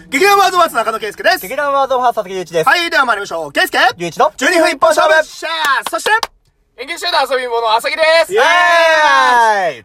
劇団ワードバーツ中野圭介です。 劇団ワードバーツ佐々木隆一です。 はい、では参りましょう。圭介隆一の 12分一本勝負シャー。そして演劇集団遊び物朝木です。 イエーイ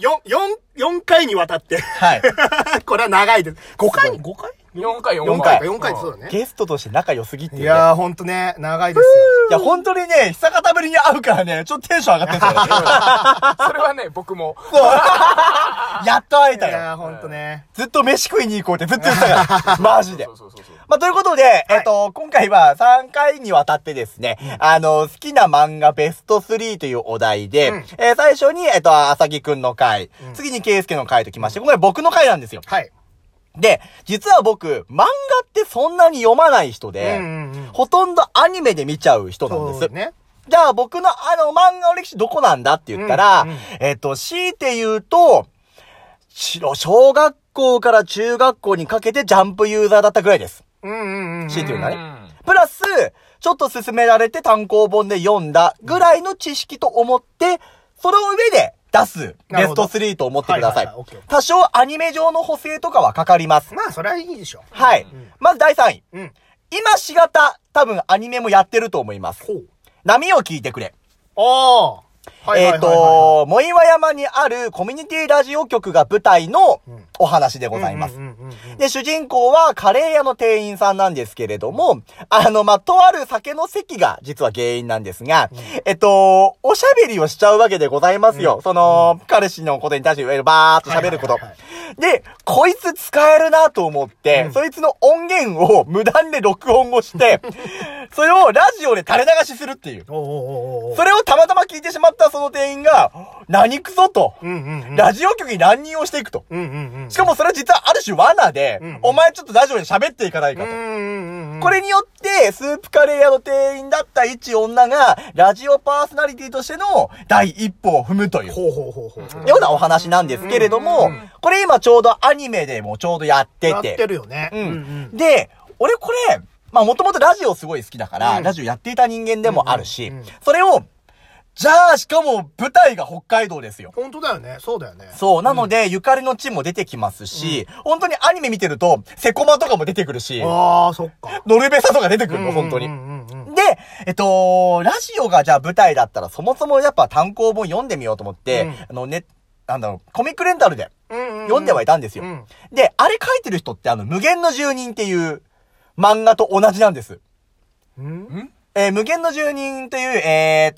4回にわたって。 はい。 これは長いです。5回 ?4 回 4回そうだね。 ゲストとして仲良すぎっていう、ね。 いやー、ほんとね、長いですよ。 いや、ほんとにね、久方ぶりに会うからね、ちょっとテンション上がってるんですよ。 それはね、僕も。 やっと会えたよ。 いやー、ほんとね。 ずっと飯食いに行こうってずっと言ってたから。マジで。 そう。 まあ、ということで、今回は3回にわたってですね、好きな漫画ベスト3というお題で、最初に、朝木くんの回、次に圭介の回ときまして、今回僕の回なんですよ。 はい。 で、実は僕、漫画ってそんなに読まない人で、ほとんどアニメで見ちゃう人なんです。 そうね。 じゃあ僕の漫画の歴史どこなんだって言ったら、強いて言うと、小学校から中学校にかけてジャンプユーザーだったくらいです。強いて言うなね。プラス、ちょっと勧められて単行本で読んだぐらいの知識と思って、その上で出すベスト3と思ってください。多少アニメ上の補正とかはかかります。 まあ、それはいいでしょ。 はい。まず第3位。今しがた、多分アニメもやってると思います。波を聞いてくれ。 も岩山にあるコミュニティラジオ局が舞台のお話でございます。で、主人公はカレー屋の店員さんなんですけれども、とある酒の席が実は原因なんですが、おしゃべりをしちゃうわけでございますよ。彼氏のことに対してバーっと喋ること。で、こいつ使えるなと思って、そいつの音源を無断で録音をして、それをラジオで垂れ流しするっていう。それをたまたま聞いてしまったその店員が、何クソと、ラジオ局に乱入をしていくと。しかもそれは実はある種罠で、お前ちょっとラジオで喋っていかないかと。これによって、スープカレー屋の店員だった一女が、ラジオパーソナリティとしての第一歩を踏むという、ようなお話なんですけれども、これ今ちょうどアニメでもちょうどやってて。 やってるよね。 で、俺これ、まあもともとラジオすごい好きだから、ラジオやっていた人間でもあるし、それを、じゃあ、しかも舞台が北海道ですよ。 本当だよね。そうだよね。 そう。なので、ゆかりの地も出てきますし、本当にアニメ見てると、セコマとかも出てくるし、 ああ、そっか。 ノルベサとか出てくるの、本当に。で、ラジオがじゃあ舞台だったら、そもそもやっぱ単行本読んでみようと思って、コミックレンタルで読んではいたんですよ。で、あれ書いてる人って無限の住人っていう漫画と同じなんです。無限の住人という、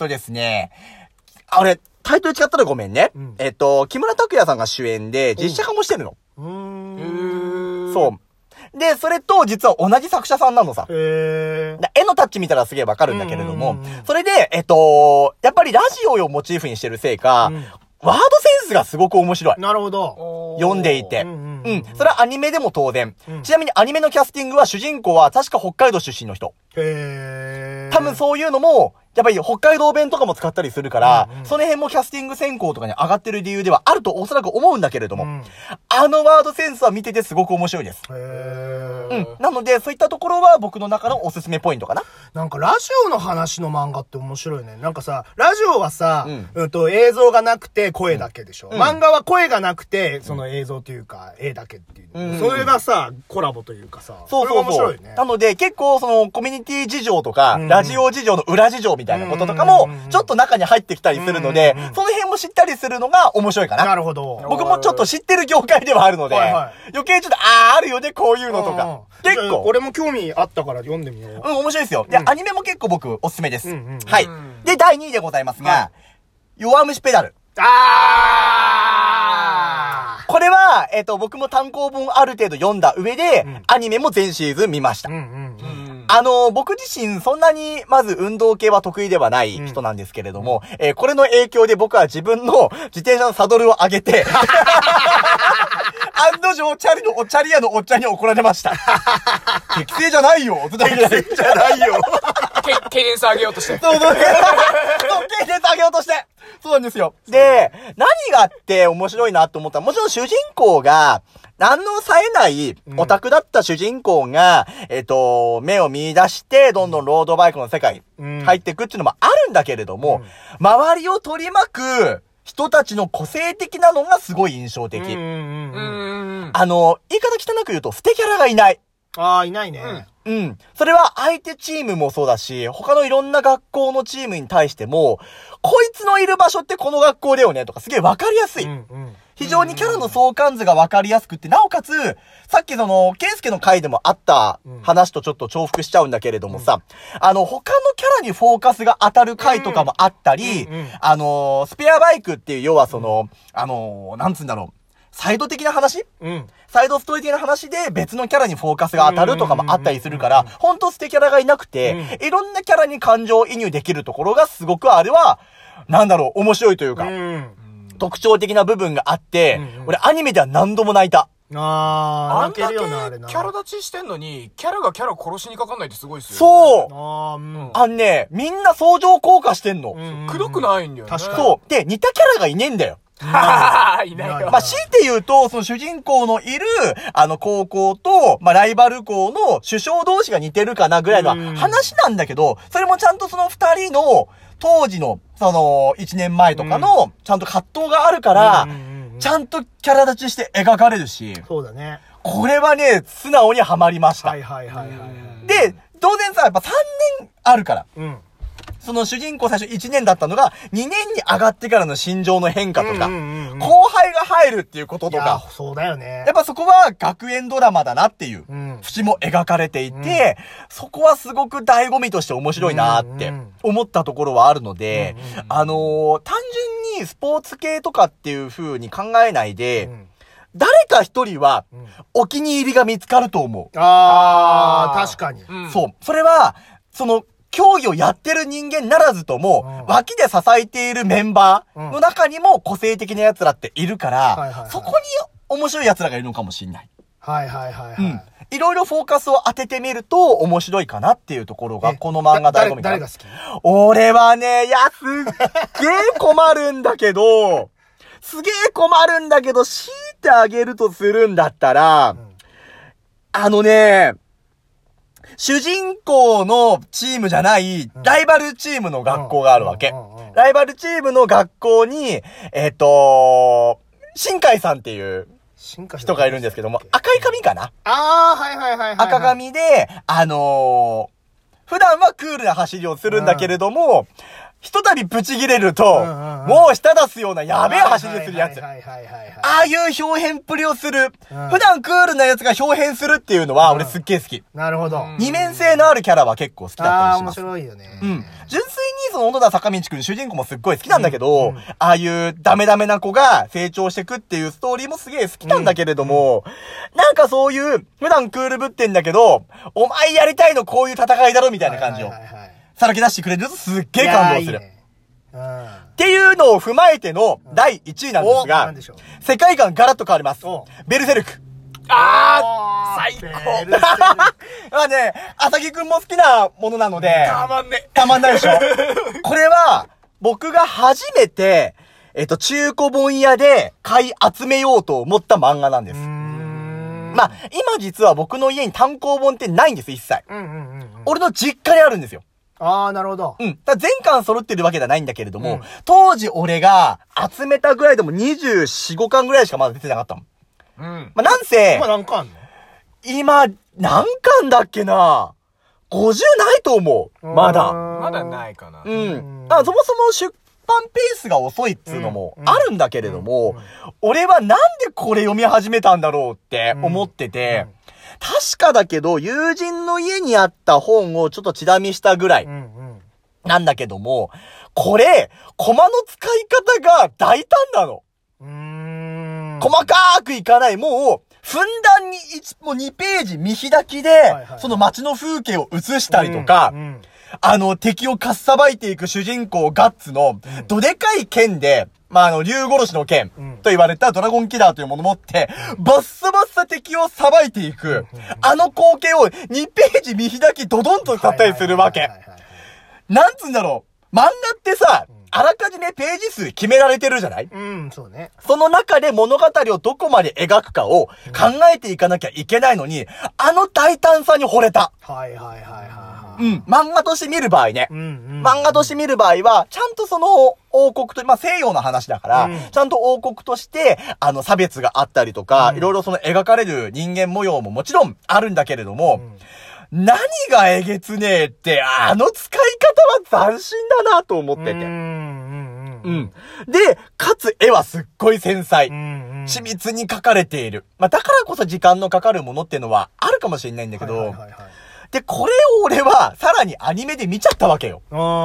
ですね、タイトル違ったらごめんね。木村拓哉さんが主演で実写化もしてるの。そう。で、それと実は同じ作者さんなのさ。絵のタッチ見たらすげえわかるんだけれども、それで、やっぱりラジオをモチーフにしてるせいか、ワードセンスがすごく面白い。 なるほど。 読んでいて。それはアニメでも当然。ちなみにアニメのキャスティングは主人公は確か北海道出身の人。多分そういうのも、やっぱり北海道弁とかも使ったりするから、その辺もキャスティング選考とかに上がってる理由ではあるとおそらく思うんだけれども、ワードセンスは見ててすごく面白いです。なので、そういったところは僕の中のおすすめポイントかな。 なんかラジオの話の漫画って面白いね。なんかさ、ラジオはさ、映像がなくて声だけでしょ。漫画は声がなくて、その映像というか、絵だけっていう。それがさ、コラボというかさ、 そうれが面白いね。 なので、結構コミュニティ事情とか、ラジオ事情の裏事情みたいなこととかも、ちょっと中に入ってきたりするので、その辺も知ったりするのが面白いかな。 なるほど。 僕もちょっと知ってる業界ではあるので、余計ちょっと、あるよね、こういうのとか。結構。 俺も興味あったから読んでみよう。 面白いですよ。で、アニメも結構僕おすすめです。はい。で、第2位でございますが、弱虫ペダル。これは、僕も単行本ある程度読んだ上で、アニメも全シーズン見ました。僕自身そんなにまず運動系は得意ではない人なんですけれども、これの影響で僕は自分の自転車のサドルを上げて、案の定チャリ屋のおっちゃんに怒られました。適正じゃないよ。適正じゃないよ。 ケイデンス上げようとして。 そう、ケイデンス上げようとして。そうなんですよ。で、何があって面白いなと思ったら、もちろん主人公が、何の冴えないオタクだった主人公が、目を見出して、どんどんロードバイクの世界入っていくっていうのもあるんだけれども、周りを取り巻く人たちの個性的なのがすごい印象的。言い方汚く言うと、捨てキャラがいない。 ああ、いないね。 うん。それは相手チームもそうだし、他のいろんな学校のチームに対しても、こいつのいる場所ってこの学校だよねとかすげえわかりやすい。非常にキャラの相関図がわかりやすくって、なおかつ、さっきケイスケの回でもあった話とちょっと重複しちゃうんだけれどもさ、他のキャラにフォーカスが当たる回とかもあったり、スペアバイクっていう、要はなんつうんだろう、サイド的な話、サイドストーリー的な話で別のキャラにフォーカスが当たるとかもあったりするから、ほんと捨てキャラがいなくて、いろんなキャラに感情移入できるところがすごくあれは、なんだろう、面白いというか、特徴的な部分があって、俺アニメでは何度も泣いた。 あんだけキャラ立ちしてんのに、キャラがキャラ殺しにかかんないってすごいっすよ。 そうみんな相乗効果してんの。 くどくないんだよね。 確かに。そう。で、似たキャラがいねえんだよ。 いないよ。 強いて言うと、その主人公のいる、高校と、ライバル校の主将同士が似てるかなぐらいの話なんだけど、それもちゃんとその二人の、当時の、1年前とかの、ちゃんと葛藤があるから、ちゃんとキャラ立ちして描かれるし。 そうだね。 これはね、素直にはまりました。で、当然さ、やっぱ3年あるから。その主人公最初1年だったのが、2年に上がってからの心情の変化とか、後輩が入るっていうこととか。 そうだよね。 やっぱそこは学園ドラマだなっていう、節も描かれていて、そこはすごく醍醐味として面白いなって思ったところはあるので、単純にスポーツ系とかっていう風に考えないで、誰か一人は、お気に入りが見つかると思う。 確かに。 そう。それは、競技をやってる人間ならずとも、脇で支えているメンバーの中にも個性的な奴らっているから、そこに面白い奴らがいるのかもしれない。いろいろフォーカスを当ててみると面白いかなっていうところが、この漫画醍醐味。 誰が好き？ 俺はね、すっげえ困るんだけど、強いてあげるとするんだったら、主人公のチームじゃない、ライバルチームの学校があるわけ。ライバルチームの学校に、新海さんっていう人がいるんですけども、赤い髪かな？赤髪で、普段はクールな走りをするんだけれども、ひとたびブチ切れると、もう舌出すようなやべえ走りをするやつ。ああいう表現っぷりをする。普段クールなやつが表現するっていうのは、俺すっげえ好き。 なるほど。 二面性のあるキャラは結構好きだったりします。 面白いよね。 純粋に小野田坂道くん主人公もすっごい好きなんだけど、ああいうダメダメな子が成長してくっていうストーリーもすげえ好きなんだけれども、なんかそういう、普段クールぶってんだけど、お前やりたいのこういう戦いだろみたいな感じを。さらけ出してくれるとすっげえ感動する。っていうのを踏まえての第1位なんですが、世界観ガラッと変わります。ベルセルク。 最高。 浅木くんも好きなものなので、たまんないでしょ。これは、僕が初めて、中古本屋で買い集めようと思った漫画なんです。今実は僕の家に単行本ってないんです、一切。俺の実家にあるんですよ。 なるほど。 全巻揃ってるわけじゃないんだけれども、当時俺が集めたぐらいでも24、5巻ぐらいしかまだ出てなかったもん。なんせ、 今何巻あんの？ 今、何巻だっけな ?50 ないと思う。まだ。 まだないかな。 そもそも出版ペースが遅いっつうのもあるんだけれども、俺はなんでこれ読み始めたんだろうって思ってて、確かだけど、友人の家にあった本をちょっとチラ見したぐらい。なんだけども、これ、コマの使い方が大胆なの。細かくいかない、もう、ふんだんにもう2ページ見開きで、その街の風景を映したりとか、敵をかっさばいていく主人公ガッツの、どでかい剣で、竜殺しの剣と言われたドラゴンキラーというものを持って、バッサバッサ敵をさばいていく、光景を2ページ見開きドドンと使ったりするわけ。なんつうんだろう。漫画ってさ、あらかじめページ数決められてるじゃない？ そうね。 その中で物語をどこまで描くかを考えていかなきゃいけないのに、大胆さに惚れた。 漫画として見る場合ね。漫画として見る場合は、ちゃんとその王国と、西洋の話だから、ちゃんと王国として、差別があったりとか、いろいろその描かれる人間模様ももちろんあるんだけれども、何がえげつねえって、使い方は斬新だなと思ってて。で、かつ絵はすっごい繊細。緻密に描かれている。だからこそ時間のかかるものっていうのはあるかもしれないんだけど、で、これを俺はさらにアニメで見ちゃったわけよ。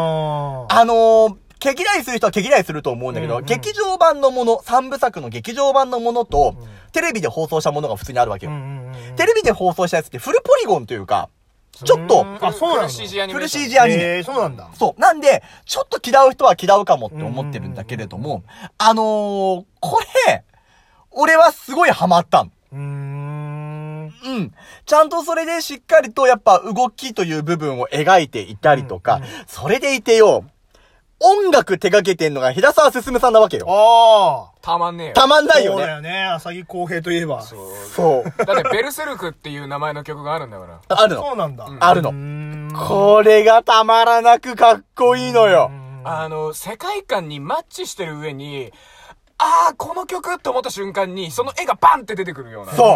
毛嫌いする人は毛嫌いすると思うんだけど、劇場版のもの、3部作の劇場版のものと、テレビで放送したものが普通にあるわけよ。テレビで放送したやつってフルポリゴンというか、ちょっと、 そうなんだ。 フル CG アニメ。 フル CG アニメ。 そうなんだ。 そう。なんで、ちょっと嫌う人は嫌うかもって思ってるんだけれども、これ、俺はすごいハマったの。ちゃんとそれでしっかりとやっぱ動きという部分を描いていたりとか、それでいてよ、音楽手掛けてんのが平沢進さんなわけよ。 たまんねえよ。 たまんないよね。 そうだよね。浅木浩平といえば。 そう。 だってベルセルクっていう名前の曲があるんだから。 あるの。 そうなんだ。 あるの。これがたまらなくかっこいいのよ。 世界観にマッチしてる上に、この曲って思った瞬間に、その絵がバンって出てくるような。 そう。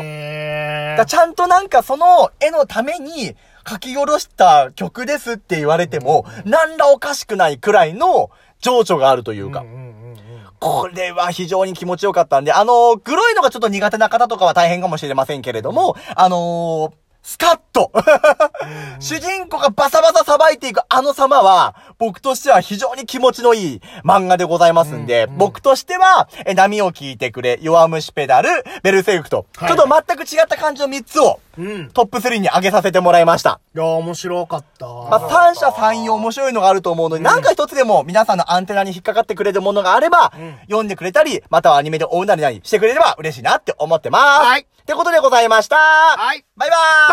ちゃんとなんかその絵のために書き下ろした曲ですって言われても、何らおかしくないくらいの情緒があるというか。これは非常に気持ちよかったんで、グロいのがちょっと苦手な方とかは大変かもしれませんけれども、スカッと主人公がバサバサ捌いていく様は、僕としては非常に気持ちのいい漫画でございますんで、僕としては、波を聞いてくれ、弱虫ペダル、ベルセルクと、ちょっと全く違った感じの3つを、トップ3に上げさせてもらいました。 いや、面白かった。 三者三様面白いのがあると思うので、なんか一つでも皆さんのアンテナに引っかかってくれるものがあれば、読んでくれたり、またはアニメで追うなりしてくれれば嬉しいなって思ってます。ってことでございました。 はい。 バイバーイ。